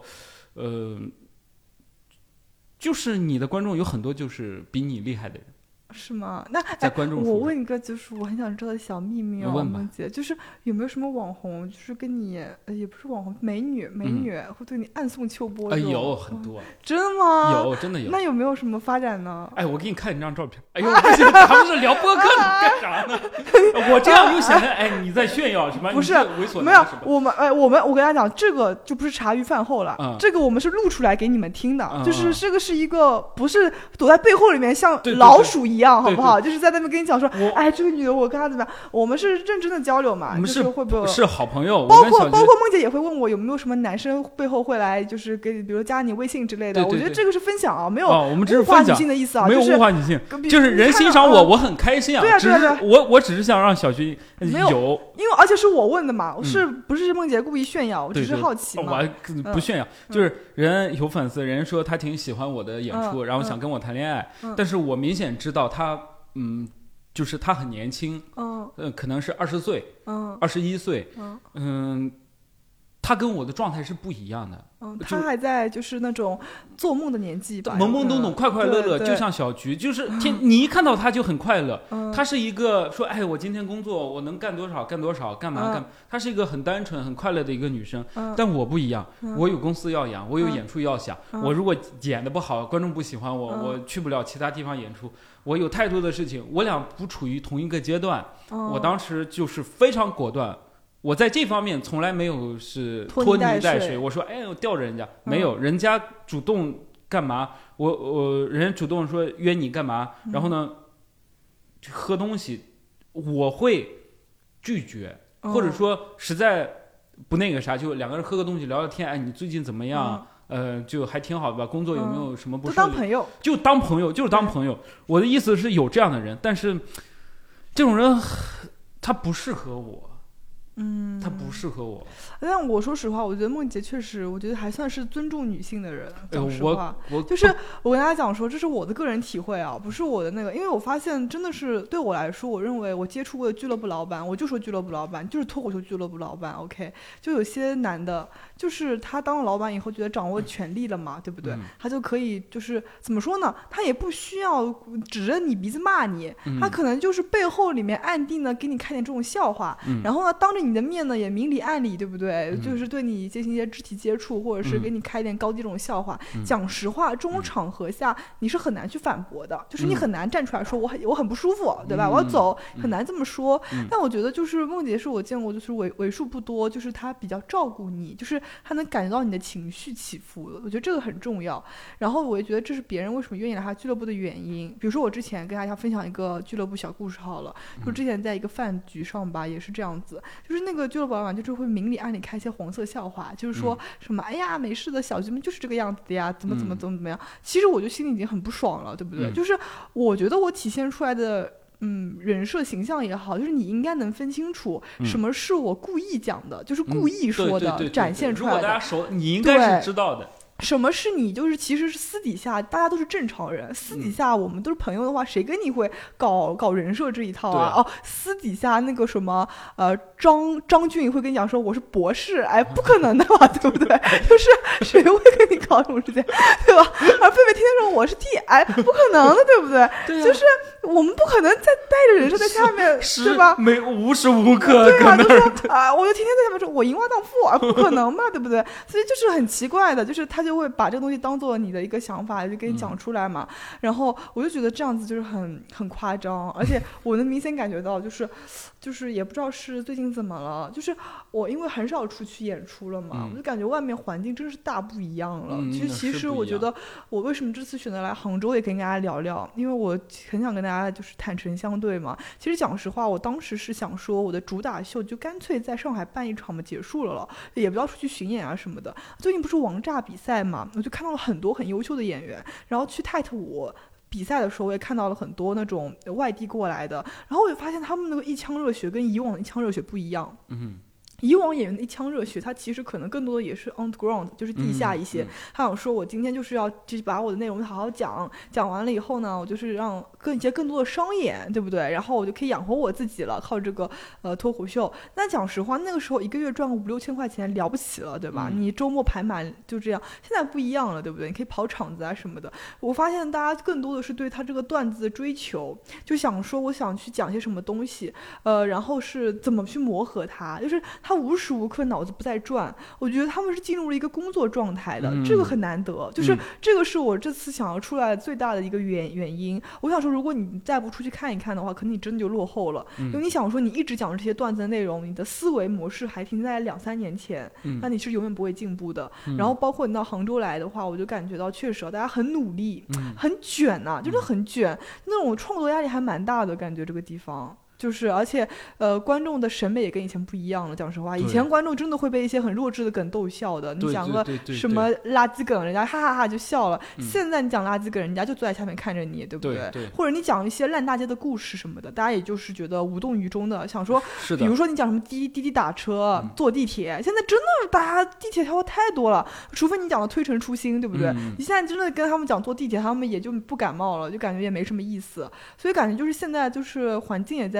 就是你的观众有很多就是比你厉害的人。 是吗？那在观众我问一个，就是我很想知道的小秘密哦，梦姐，就是有没有什么网红，就是跟你也不是网红，美女会对你暗送秋波？ 有很多， 真的吗？ 真的有。 那有没有什么发展呢？ 我给你看一张照片。哎呦，不行，咱们是聊播客，你干啥呢？我这样又显得你在炫耀什么？ 不是猥琐， 没有我跟大家讲，这个就不是茶余饭后了，这个我们是录出来给你们听的，就是这个是一个不是躲在背后里面像老鼠一样。好不好？就是在那边跟你讲说，这个女的我跟她怎么样？我们是认真的交流嘛， 我们是会不会是好朋友？ 包括梦姐也会问我有没有什么男生背后会来，就是给比如加你微信之类的。我觉得这个是分享啊，没有我们只是物化女性的意思啊， 没有物化女性，就是人欣赏我很开心啊。 对啊， 只是我只是想让小军有，因为而且是我问的嘛，不是梦姐故意炫耀，我只是好奇嘛。 我不炫耀，就是人有粉丝，人说他挺喜欢我的演出，然后想跟我谈恋爱，但是我明显知道他。就是他很年轻，可能是20岁，21岁， 他跟我的状态是不一样的。 他还在就是那种做梦的年纪吧， 懵懵懂懂快快乐乐，就像小菊，就是你一看到他就很快乐。他是一个说哎我今天工作我能干多少干多少干嘛，他是一个很单纯很快乐的一个女生。但我不一样，我有公司要养，我有演出要想，我如果演得不好，观众不喜欢我，我去不了其他地方演出，我有太多的事情，我俩不处于同一个阶段。我当时就是非常果断，我在这方面从来没有是拖泥带水。我说哎我吊着人家，没有，人家主动干嘛，人家主动说约你干嘛，然后呢喝东西我会拒绝，或者说实在不那个啥，就两个人喝个东西聊聊天，哎你最近怎么样，就还挺好的吧，工作有没有什么不顺利， 当朋友就是当朋友。我的意思是有这样的人，但是这种人他不适合我。他不适合我。 但我说实话，我觉得梦洁确实，我觉得还算是尊重女性的人。讲实话，就是我跟大家讲说，这是我的个人体会啊，不是我的那个，因为我发现真的是对我来说，我认为我接触过的俱乐部老板，我就说俱乐部老板就是脱口秀俱乐部老板 ，OK， 就有些男的，就是他当了老板以后，觉得掌握权力了嘛，对不对？他就可以就是怎么说呢？他也不需要指着你鼻子骂你，他可能就是背后里面暗地呢给你开点这种笑话，然后呢当着你的面呢也明里暗里，对不对？就是对你进行一些肢体接触，或者是给你开点高低这种笑话。讲实话，这种场合下你是很难去反驳的，就是你很难站出来说我很不舒服，对吧？我要走，很难这么说。但我觉得就是梦洁是我见过就是为数不多，就是她比较照顾你，就是她能感觉到你的情绪起伏的，我觉得这个很重要。然后我也觉得这是别人为什么愿意来她俱乐部的原因。比如说我之前跟大家分享一个俱乐部小故事好了，就之前在一个饭局上吧，也是这样子，就是那个俱乐部老板就是会明里暗里开一些黄色笑话，就是说什么哎呀没事的，小菊们就是这个样子的呀，怎么样。其实我就心里已经很不爽了，对不对？就是我觉得我体现出来的人设形象也好，就是你应该能分清楚什么是我故意讲的，就是故意说的，展现出来的。 如果大家熟，你应该是知道的。 什么是你就是其实是私底下大家都是正常人，私底下我们都是朋友的话，谁跟你会搞人设这一套啊？私底下那个什么张俊会跟你讲说我是博士，哎，不可能的嘛，对不对？就是谁会跟你搞这种事情，对吧？而贝贝天天说我是 T， 哎，不可能的，对不对？ 对啊， 就是我们不可能再带着人设在下面，对吧？ 无时无刻对啊，就说我就天天在下面说我淫娃荡妇，不可能嘛，对不对？所以就是很奇怪的，就是他就会把这个东西当做你的一个想法就给你讲出来嘛，然后我就觉得这样子就是很夸张，而且我能明显感觉到就是也不知道是最近怎么了，就是我因为很少出去演出了嘛，我就感觉外面环境真是大不一样了。其实我觉得我为什么这次选择来杭州也跟大家聊聊，因为我很想跟大家就是坦诚相对嘛。其实讲实话，我当时是想说我的主打秀就干脆在上海办一场嘛，结束了，也不要出去巡演啊什么的。最近不是王炸比赛嘛，我就看到了很多很优秀的演员，然后去泰特舞比赛的时候我也看到了很多那种外地过来的，然后我就发现他们那个一腔热血跟以往的一腔热血不一样。以往演员的一腔热血，他其实可能更多的也是 underground， 就是地下一些。他想说，我今天就是要就是把我的内容好好讲完了以后呢，我就是让更多的商演，对不对？然后我就可以养活我自己了，靠这个脱口秀。那讲实话，那个时候一个月赚个5-6千块钱了不起了，对吧？你周末排满就这样。现在不一样了，对不对？你可以跑场子啊什么的。我发现大家更多的是对他这个段子的追求，就想说我想去讲些什么东西，然后是怎么去磨合它，就是他无时无刻脑子不在转。我觉得他们是进入了一个工作状态的，这个很难得，就是这个是我这次想要出来最大的一个原因。我想说，如果你再不出去看一看的话，可能你真的就落后了。因为你想说，你一直讲这些段子的内容，你的思维模式还停在2-3年前，那你是永远不会进步的。然后包括你到杭州来的话，我就感觉到确实大家很努力，很卷呐，真的很卷，那种创作压力还蛮大的感觉这个地方。就是而且观众的审美也跟以前不一样了，讲实话，以前观众真的会被一些很弱智的梗逗笑的，你讲个什么垃圾梗人家哈哈哈就笑了，现在你讲垃圾梗人家就坐在下面看着你，对不对？或者你讲一些烂大街的故事什么的，大家也就是觉得无动于衷的，想说比如说你讲什么滴滴打车坐地铁，现在真的大家地铁票太多了，除非你讲的推陈出新，对不对？你现在真的跟他们讲坐地铁，他们也就不感冒了，就感觉也没什么意思。所以感觉就是现在就是环境也在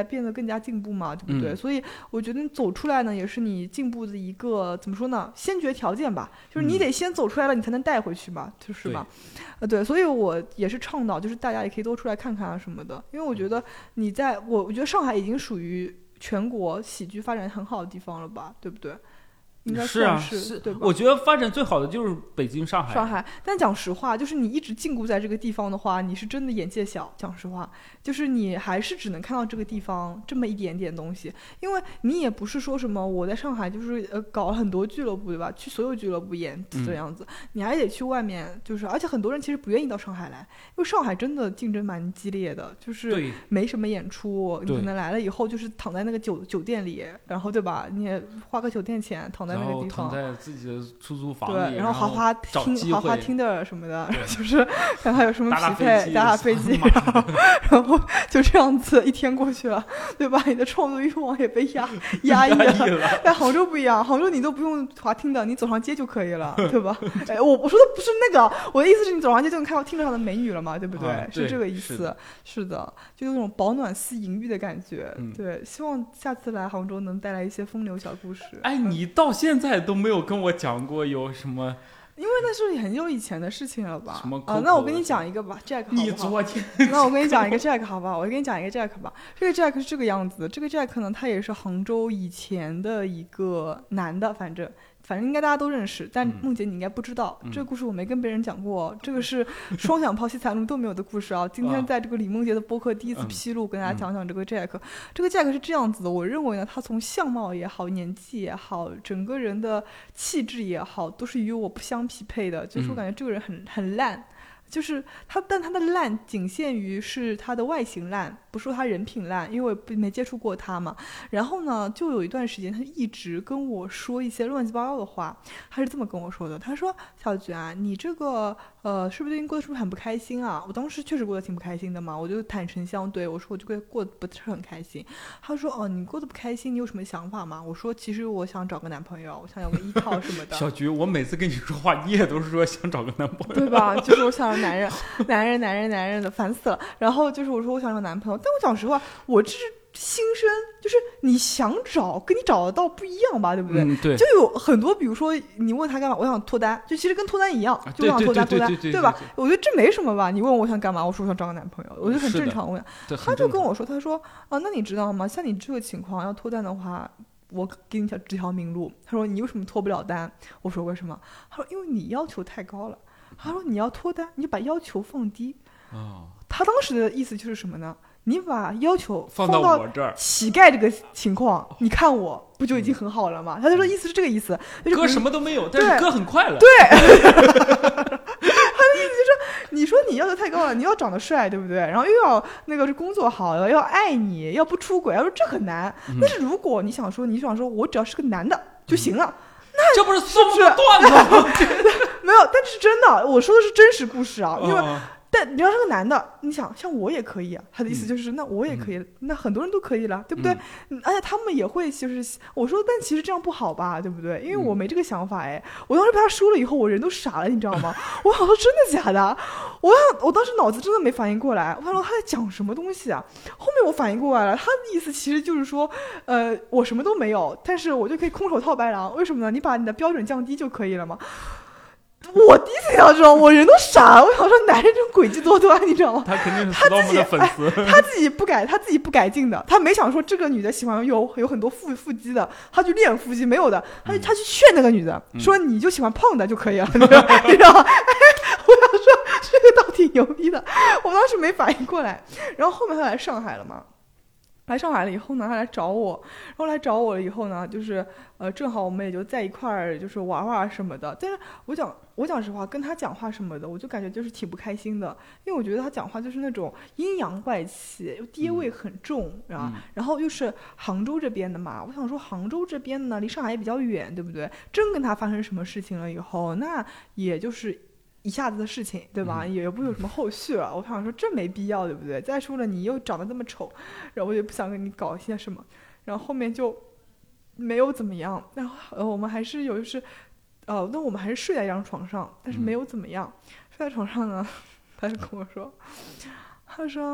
变得更加进步嘛，对不对？所以我觉得你走出来呢，也是你进步的一个怎么说呢？先决条件吧，就是你得先走出来了，你才能带回去嘛，就是吧？对，所以我也是倡导，就是大家也可以多出来看看啊什么的，因为我觉得我觉得上海已经属于全国喜剧发展很好的地方了吧，对不对？应该算是对吧？ 我觉得发展最好的就是北京、上海。 但讲实话，就是你一直禁锢在这个地方的话，你是真的眼界小。讲实话，就是你还是只能看到这个地方这么一点点东西，因为你也不是说什么我在上海就是搞了很多俱乐部，对吧？去所有俱乐部演这样子，你还得去外面，就是而且很多人其实不愿意到上海来，因为上海真的竞争蛮激烈的，就是没什么演出，你可能来了以后就是躺在那个酒店里，然后对吧？你也花个酒店钱躺在那个地方， 躺在自己的出租房里， 对，然后滑滑听的什么的，就是看看有什么匹配，打飞机，然后就这样子一天过去了，对吧？你的创作欲望也被压抑了。但杭州不一样，杭州你都不用滑听的，你走上街就可以了，对吧？哎，我说的不是那个，我的意思是你走上街就能看到听着上的美女了嘛，对不对？是这个意思，是的，就有种饱暖思淫欲的感觉。对，希望下次来杭州能带来一些风流小故事。 哎，你到现在都没有跟我讲过有什么？ 因为那是很久以前的事情了吧？ 什么那我跟你讲一个吧 ，Jack 好不好？ 你昨天那我跟你讲一个 Jack 好不好？我跟你讲一个 Jack 吧。这个 Jack 是这个样子的，这个 Jack 呢，他也是杭州以前的一个男的，反正应该大家都认识，但梦姐你应该不知道，这个故事我没跟别人讲过，这个是双响炮西财路都没有的故事啊。今天在这个李梦洁的播客第一次披露，跟大家讲讲这个 Jack。这个 Jack 是这样子的，我认为呢，他从相貌也好，年纪也好，整个人的气质也好，都是与我不相匹配的，就是我感觉这个人很烂。就是但他的烂仅限于是他的外形烂，不说他人品烂，因为我没接触过他嘛。然后呢，就有一段时间，他一直跟我说一些乱七八糟的话。他是这么跟我说的，他说：“小菊啊，你这个是不是最近过得是不是很不开心啊？”我当时确实过得挺不开心的嘛，我就坦诚相对，我说我就过得不是很开心。他说：“哦，你过得不开心，你有什么想法吗？”我说：“其实我想找个男朋友，我想有个依靠什么的。” 小菊，我每次跟你说话，你也都是说想找个男朋友， 对吧？就是我想男人的，烦死了。然后就是我说我想找男朋友，但我讲实话，我这是心声，就是你想找跟你找得到不一样吧，对不对？ 对， 就有很多，比如说你问他干嘛，我想脱单，就其实跟脱单一样，就想脱单，对吧？我觉得这没什么吧。你问我想干嘛，我说我想找个男朋友，我觉得很正常。他就跟我说，他说啊，那你知道吗？像你这个情况要脱单的话，我给你指条明路。他说你为什么脱不了单？我说为什么？他说因为你要求太高了。他说你要脱单，你就把要求放低。他当时的意思就是什么呢？你把要求放到我这儿， 乞丐这个情况，你看我不就已经很好了吗？他就说意思是这个意思， 哥什么都没有，但是哥很快乐。 对，他的意思就是你说你要求太高了，你要长得帅，对不对？然后又要那个工作好，要爱你，要不出轨，要说这很难。但是如果你想说我只要是个男的就行了。 这不是松的段子吗？ 没有，但是真的，我说的是真实故事啊。因为，但你要是个男的，你想像我也可以啊。他的意思就是，那我也可以，那很多人都可以了，对不对？而且他们也会，就是我说，但其实这样不好吧，对不对？因为我没这个想法哎。我当时被他说了以后，我人都傻了，你知道吗？我想说真的假的？我当时脑子真的没反应过来，我想说他在讲什么东西啊？后面我反应过来了，他的意思其实就是说，我什么都没有，但是我就可以空手套白狼。为什么呢？你把你的标准降低就可以了吗？我第一次想说，我人都傻了。我想说，男人这种诡计多端，你知道吗？ 他肯定是我们的粉丝。 他自己不改进的。他没想说这个女的喜欢有很多腹肌的，他去练腹肌没有的，他去劝那个女的，说你就喜欢胖的就可以了，你知道吗？我想说这个倒挺牛逼的，我当时没反应过来。然后后面他来上海了嘛。来上海了以后呢，他来找我，然后来找我了以后呢，就是正好我们也就在一块儿，就是玩玩什么的。但是我讲实话，跟他讲话什么的，我就感觉就是挺不开心的，因为我觉得他讲话就是那种阴阳怪气，爹味很重，然后又是杭州这边的嘛。我想说，杭州这边呢，离上海也比较远，对不对？真跟他发生什么事情了以后，那也就是一下子的事情，对吧？也不会有什么后续了。我想说这没必要，对不对？再说了，你又长得这么丑，然后我也不想跟你搞一些什么，然后后面就没有怎么样。然后我们还是有就是那我们还是睡在一张床上，但是没有怎么样。睡在床上呢，他就跟我说，他说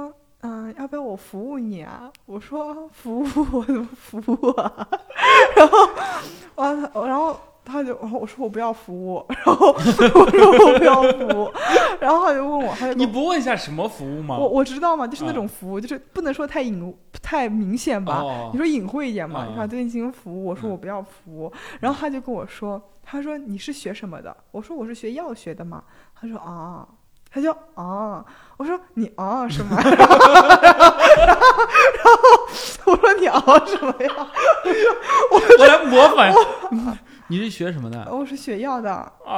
要不要我服务你啊？我说服务我怎么服务啊？然后他就我说我不要服务，然后我说我不要服务，然后他就问我， 你不问一下什么服务吗？ 我知道嘛，就是那种服务，就是不能说太明显吧，你说隐晦一点嘛，你说对你进行服务，我说我不要服务，然后他就跟我说，他说你是学什么的？我说我是学药学的嘛，他说啊。他就我说你什么呀？然后我说你什么呀？ 我来模仿。你是学什么的？ 我是学药的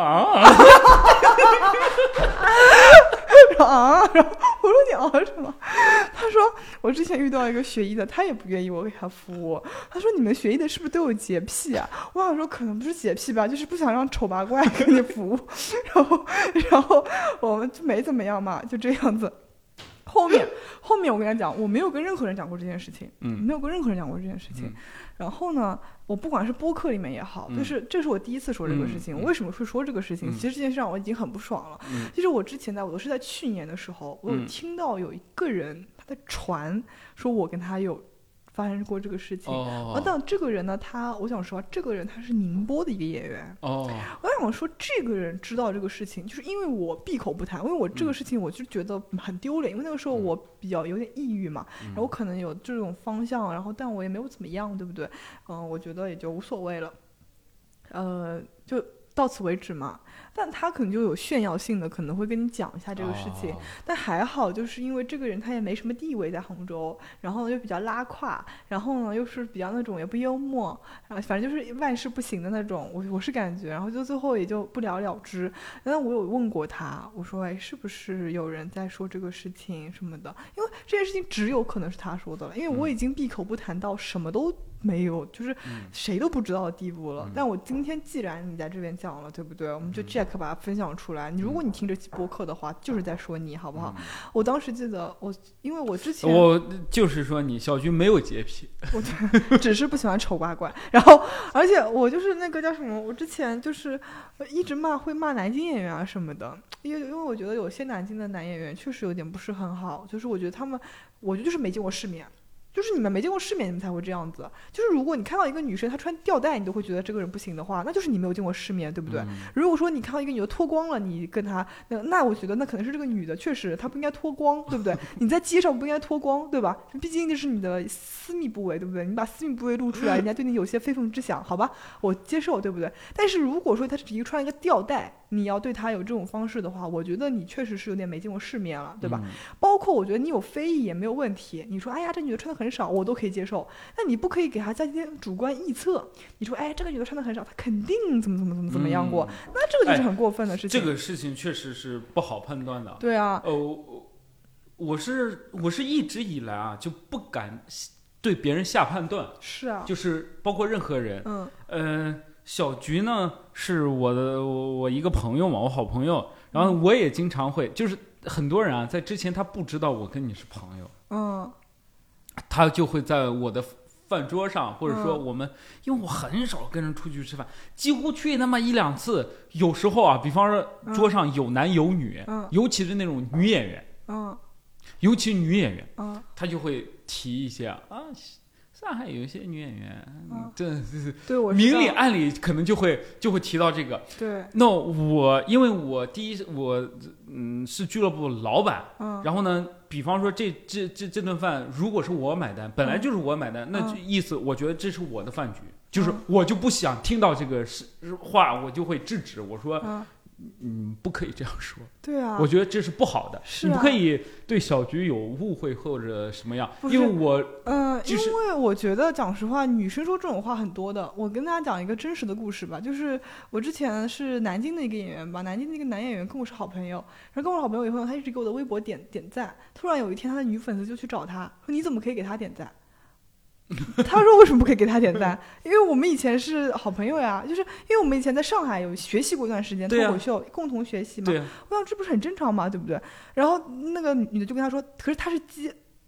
然后我说你什么？他说我之前遇到一个学医的，他也不愿意我给他服务。他说你们学医的是不是都有洁癖啊？我想说可能不是洁癖吧，就是不想让丑八怪给你服务。然后我们就没怎么样嘛，就这样子。后面我跟他讲，我没有跟任何人讲过这件事情，没有跟任何人讲过这件事情。然后呢，我不管是播客里面也好，就是这是我第一次说这个事情。我为什么会说这个事情？其实这件事让我已经很不爽了。其实我之前我是在去年的时候，我有听到有一个人他在传说我跟他有发生过这个事情。但这个人呢，我想说这个人他是宁波的一个演员。我想说这个人知道这个事情，就是因为我闭口不谈，因为我这个事情我就觉得很丢脸，因为那个时候我比较有点抑郁嘛，然后我可能有这种方向，然后但我也没有怎么样，对不对？我觉得也就无所谓了，就到此为止嘛。但他可能就有炫耀性的，可能会跟你讲一下这个事情。但还好，就是因为这个人他也没什么地位在杭州，然后又比较拉胯，然后呢又是比较那种也不幽默，反正就是万事不行的那种。我是感觉，然后就最后也就不了了之。但我有问过他，我说是不是有人在说这个事情什么的？因为这件事情只有可能是他说的了，因为我已经闭口不谈到什么都没有，就是谁都不知道的地步了。但我今天既然你在这边讲了，对不对？我们就Jack把它分享出来。如果你听这期播客的话，就是在说你，好不好？我当时记得因为我之前我就是说你小军没有洁癖， 我只是不喜欢丑八怪。然后而且我就是那个叫什么，我之前就是一直会骂南京演员啊什么的，因为我觉得有些南京的男演员确实有点不是很好，就是我觉得我觉得就是没见过世面。就是你们没见过世面，你们才会这样子。就是如果你看到一个女生她穿吊带，你都会觉得这个人不行的话，那就是你没有见过世面，对不对？如果说你看到一个女的脱光了，你跟她那我觉得那可能是这个女的确实她不应该脱光，对不对？你在街上不应该脱光，对吧？毕竟这是你的私密部位，对不对？你把私密部位露出来，人家对你有些非分之想，好吧，我接受，对不对？但是如果说她只是穿一个吊带，你要对她有这种方式的话，我觉得你确实是有点没见过世面了，对吧？包括我觉得你有非议也没有问题，你说哎呀这女的穿得很少，我都可以接受。那你不可以给她加一些主观臆测，你说哎这个女的穿得很少，她肯定怎么样过，那这个就是很过分的事情。 这个事情确实是不好判断的。 对啊， 我是一直以来啊就不敢对别人下判断。 是啊， 就是包括任何人。小菊呢是我一个朋友嘛，我好朋友，然后我也经常会，就是很多人啊在之前他不知道我跟你是朋友，他就会在我的饭桌上，或者说我们，因为我很少跟人出去吃饭，几乎去那么一两次，有时候啊，比方说桌上有男有女，尤其是那种女演员，尤其女演员，他就会提一些上海有一些女演员， 对，我明里暗里可能就会提到这个。 对， 那因为我是俱乐部老板，然后呢，比方说这顿饭如果是我买单，本来就是我买单，那就意思我觉得这是我的饭局，就是我就不想听到这个话，我就会制止，我说。不可以这样说。 对啊， 我觉得这是不好的。 是啊， 你不可以对小菊有误会或者什么样，因为因为我觉得讲实话，女生说这种话很多的。我跟大家讲一个真实的故事吧，就是我之前是南京的一个演员吧，南京的一个男演员跟我是好朋友，然后跟我好朋友以后，他一直给我的微博点赞。突然有一天，他的女粉丝就去找他说：“你怎么可以给他点赞？”他说为什么不可以给他点赞？因为我们以前是好朋友呀，就是因为我们以前在上海有学习过一段时间脱口秀，共同学习嘛。我想这不是很正常吗？对不对？然后那个女的就跟他说，可是他是鸡，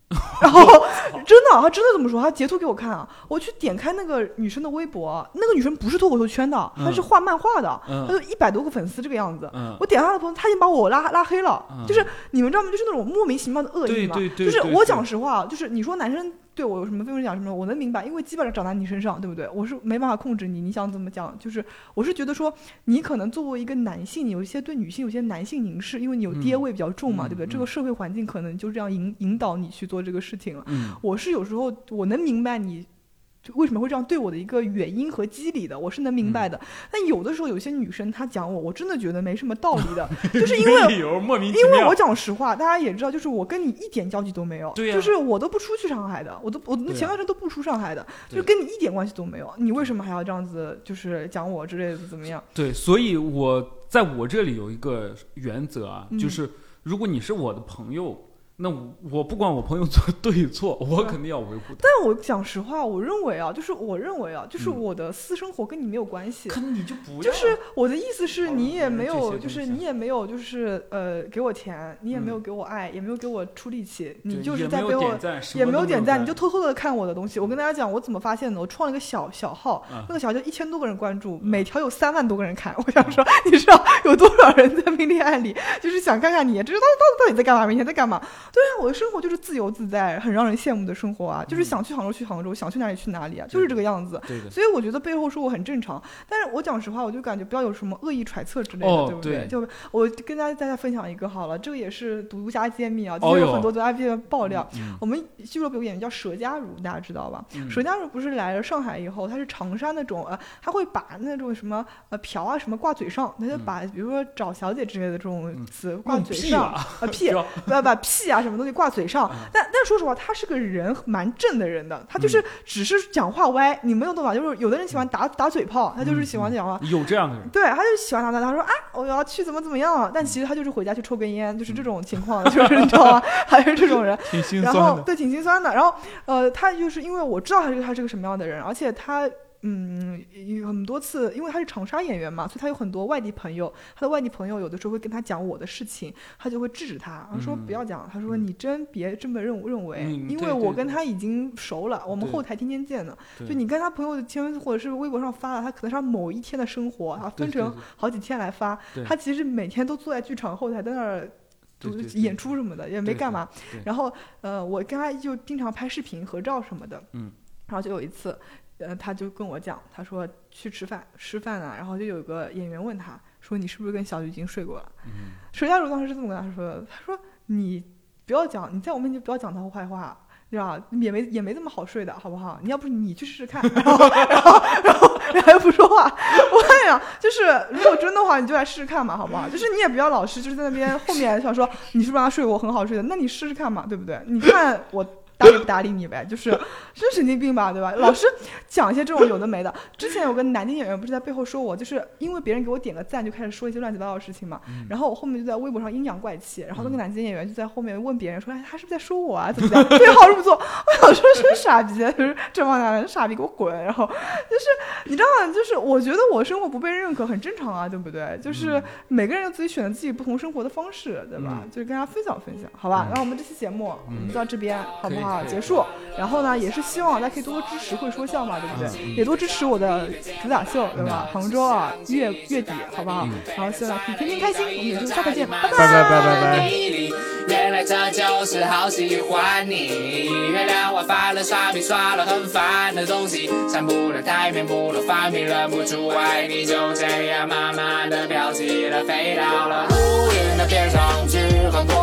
然后真的，他真的这么说，他截图给我看啊。我去点开那个女生的微博，那个女生不是脱口秀圈的，她是画漫画的，她就100多个粉丝这个样子。我点她的朋友，她已经把我拉黑了。就是你们知道吗？就是那种莫名其妙的恶意嘛。就是我讲实话，就是你说男生对我有什么非分讲什么，我能明白，因为基本上长在你身上，对不对？我是没办法控制你，你想怎么讲？就是我是觉得说，你可能作为一个男性，你有一些对女性有些男性凝视，因为你有爹味比较重嘛，对不对？这个社会环境可能就这样引导你去做这个事情了。我是有时候我能明白你为什么会这样对我的一个原因和机理的，我是能明白的。但有的时候有些女生她讲我真的觉得没什么道理的，就是因为我讲实话，大家也知道，就是我跟你一点交集都没有， 对啊， 就是我都不出去上海的，我前段时间都不出上海的，就是跟你一点关系都没有，你为什么还要这样子就是讲我之类的怎么样？ 对，所以我在我这里有一个原则啊，就是如果你是我的朋友。那我不管我朋友做对错，我肯定要维护他。 但我讲实话，我认为啊，就是我的私生活跟你没有关系。 可能你就不要。 就是我的意思是你也没有，就是你也没有，就是给我钱，你也没有给我爱，也没有给我出力气，你就是在背后也没有点赞，你就偷偷的看我的东西。我跟大家讲，我怎么发现的？我创了一个小号，那个小号就1000多个人关注，每条有3万多个人看。我想说，你知道有多少人在明恋爱里，就是想看看你，这是到底在干嘛？每天在干嘛？对啊，我的生活就是自由自在，很让人羡慕的生活啊！就是想去杭州去杭州，想去哪里去哪里啊，就是这个样子。 对的。 所以我觉得背后说我很正常，但是我讲实话，我就感觉不要有什么恶意揣测之类的，对不对？就我跟大家分享一个好了，这个也是独家揭秘啊，就是有很多独家揭秘爆料。我们俱乐部有演员叫佘佳茹，大家知道吧？佘佳茹不是来了上海以后，她是长沙那种她会把那种什么嫖啊什么挂嘴上，她就把比如说找小姐之类的这种词挂嘴上屁把屁啊什么东西挂嘴上，但说实话，他是个人蛮正的人的，他就是只是讲话歪，你没有懂吧？就是有的人喜欢打嘴炮，他就是喜欢讲话， 有这样的人， 对，他就喜欢他说啊，我要去怎么样了，但其实他就是回家去抽根烟，就是这种情况，就是你知道吗？还是这种人， 挺心酸的， 然后对，挺心酸的。然后他就是因为我知道他是个什么样的人，而且他。有很多次，因为他是长沙演员嘛，所以他有很多外地朋友。他的外地朋友有的时候会跟他讲我的事情，他就会制止他，他说不要讲，他说你真别这么认为，因为我跟他已经熟了，我们后台天天见的。就你跟他朋友的签或者是微博上发的，他可能是他某一天的生活，他分成好几天来发。他其实每天都坐在剧场后台在那儿演出什么的，也没干嘛。然后我跟他就经常拍视频合照什么的。然后就有一次。他就跟我讲，他说去吃饭啊，然后就有个演员问他说：“你是不是跟小鱼已经睡过了？”佘佳茹当时是这么跟他说的，他说：“你不要讲，你在我面前不要讲他坏话，对吧？也没这么好睡的，好不好？你要不你去试试看。”然后又不说话。我跟你讲，就是如果真的话，你就来试试看嘛，好不好？就是你也不要老是就是在那边后面想说你是不是让他睡过很好睡的，那你试试看嘛，对不对？你看我。搭理不搭理你呗，就是真神经病吧，对吧？老是讲一些这种有的没的。之前有个男丁演员不是在背后说我，就是因为别人给我点个赞，就开始说一些乱七八糟的事情嘛。然后我后面就在微博上阴阳怪气，然后那个男丁演员就在后面问别人说：“哎，他是不是在说我啊？怎么样？对，好这么做。”我想说是傻逼，就是这帮男人傻逼，给我滚！然后就是你知道吗？就是我觉得我生活不被认可很正常啊，对不对？就是每个人有自己选择自己不同生活的方式，对吧？就是跟大家分享，好吧？然后我们这期节目我们就到这边，好不好？结束。然后呢，也是希望大家可以多多支持会说笑嘛，对不对？也多支持我的主打秀，对吧？杭州啊，月底，好不好？然后希望大家可以天天开心，我们也就下次见，拜拜。 原来这就是好喜欢你，原谅我犯了傻逼，耍了很烦的东西，上不了台面，不落翻篇，忍不住爱你，就这样慢慢的飘起了，飞到了乌云的边上去，很多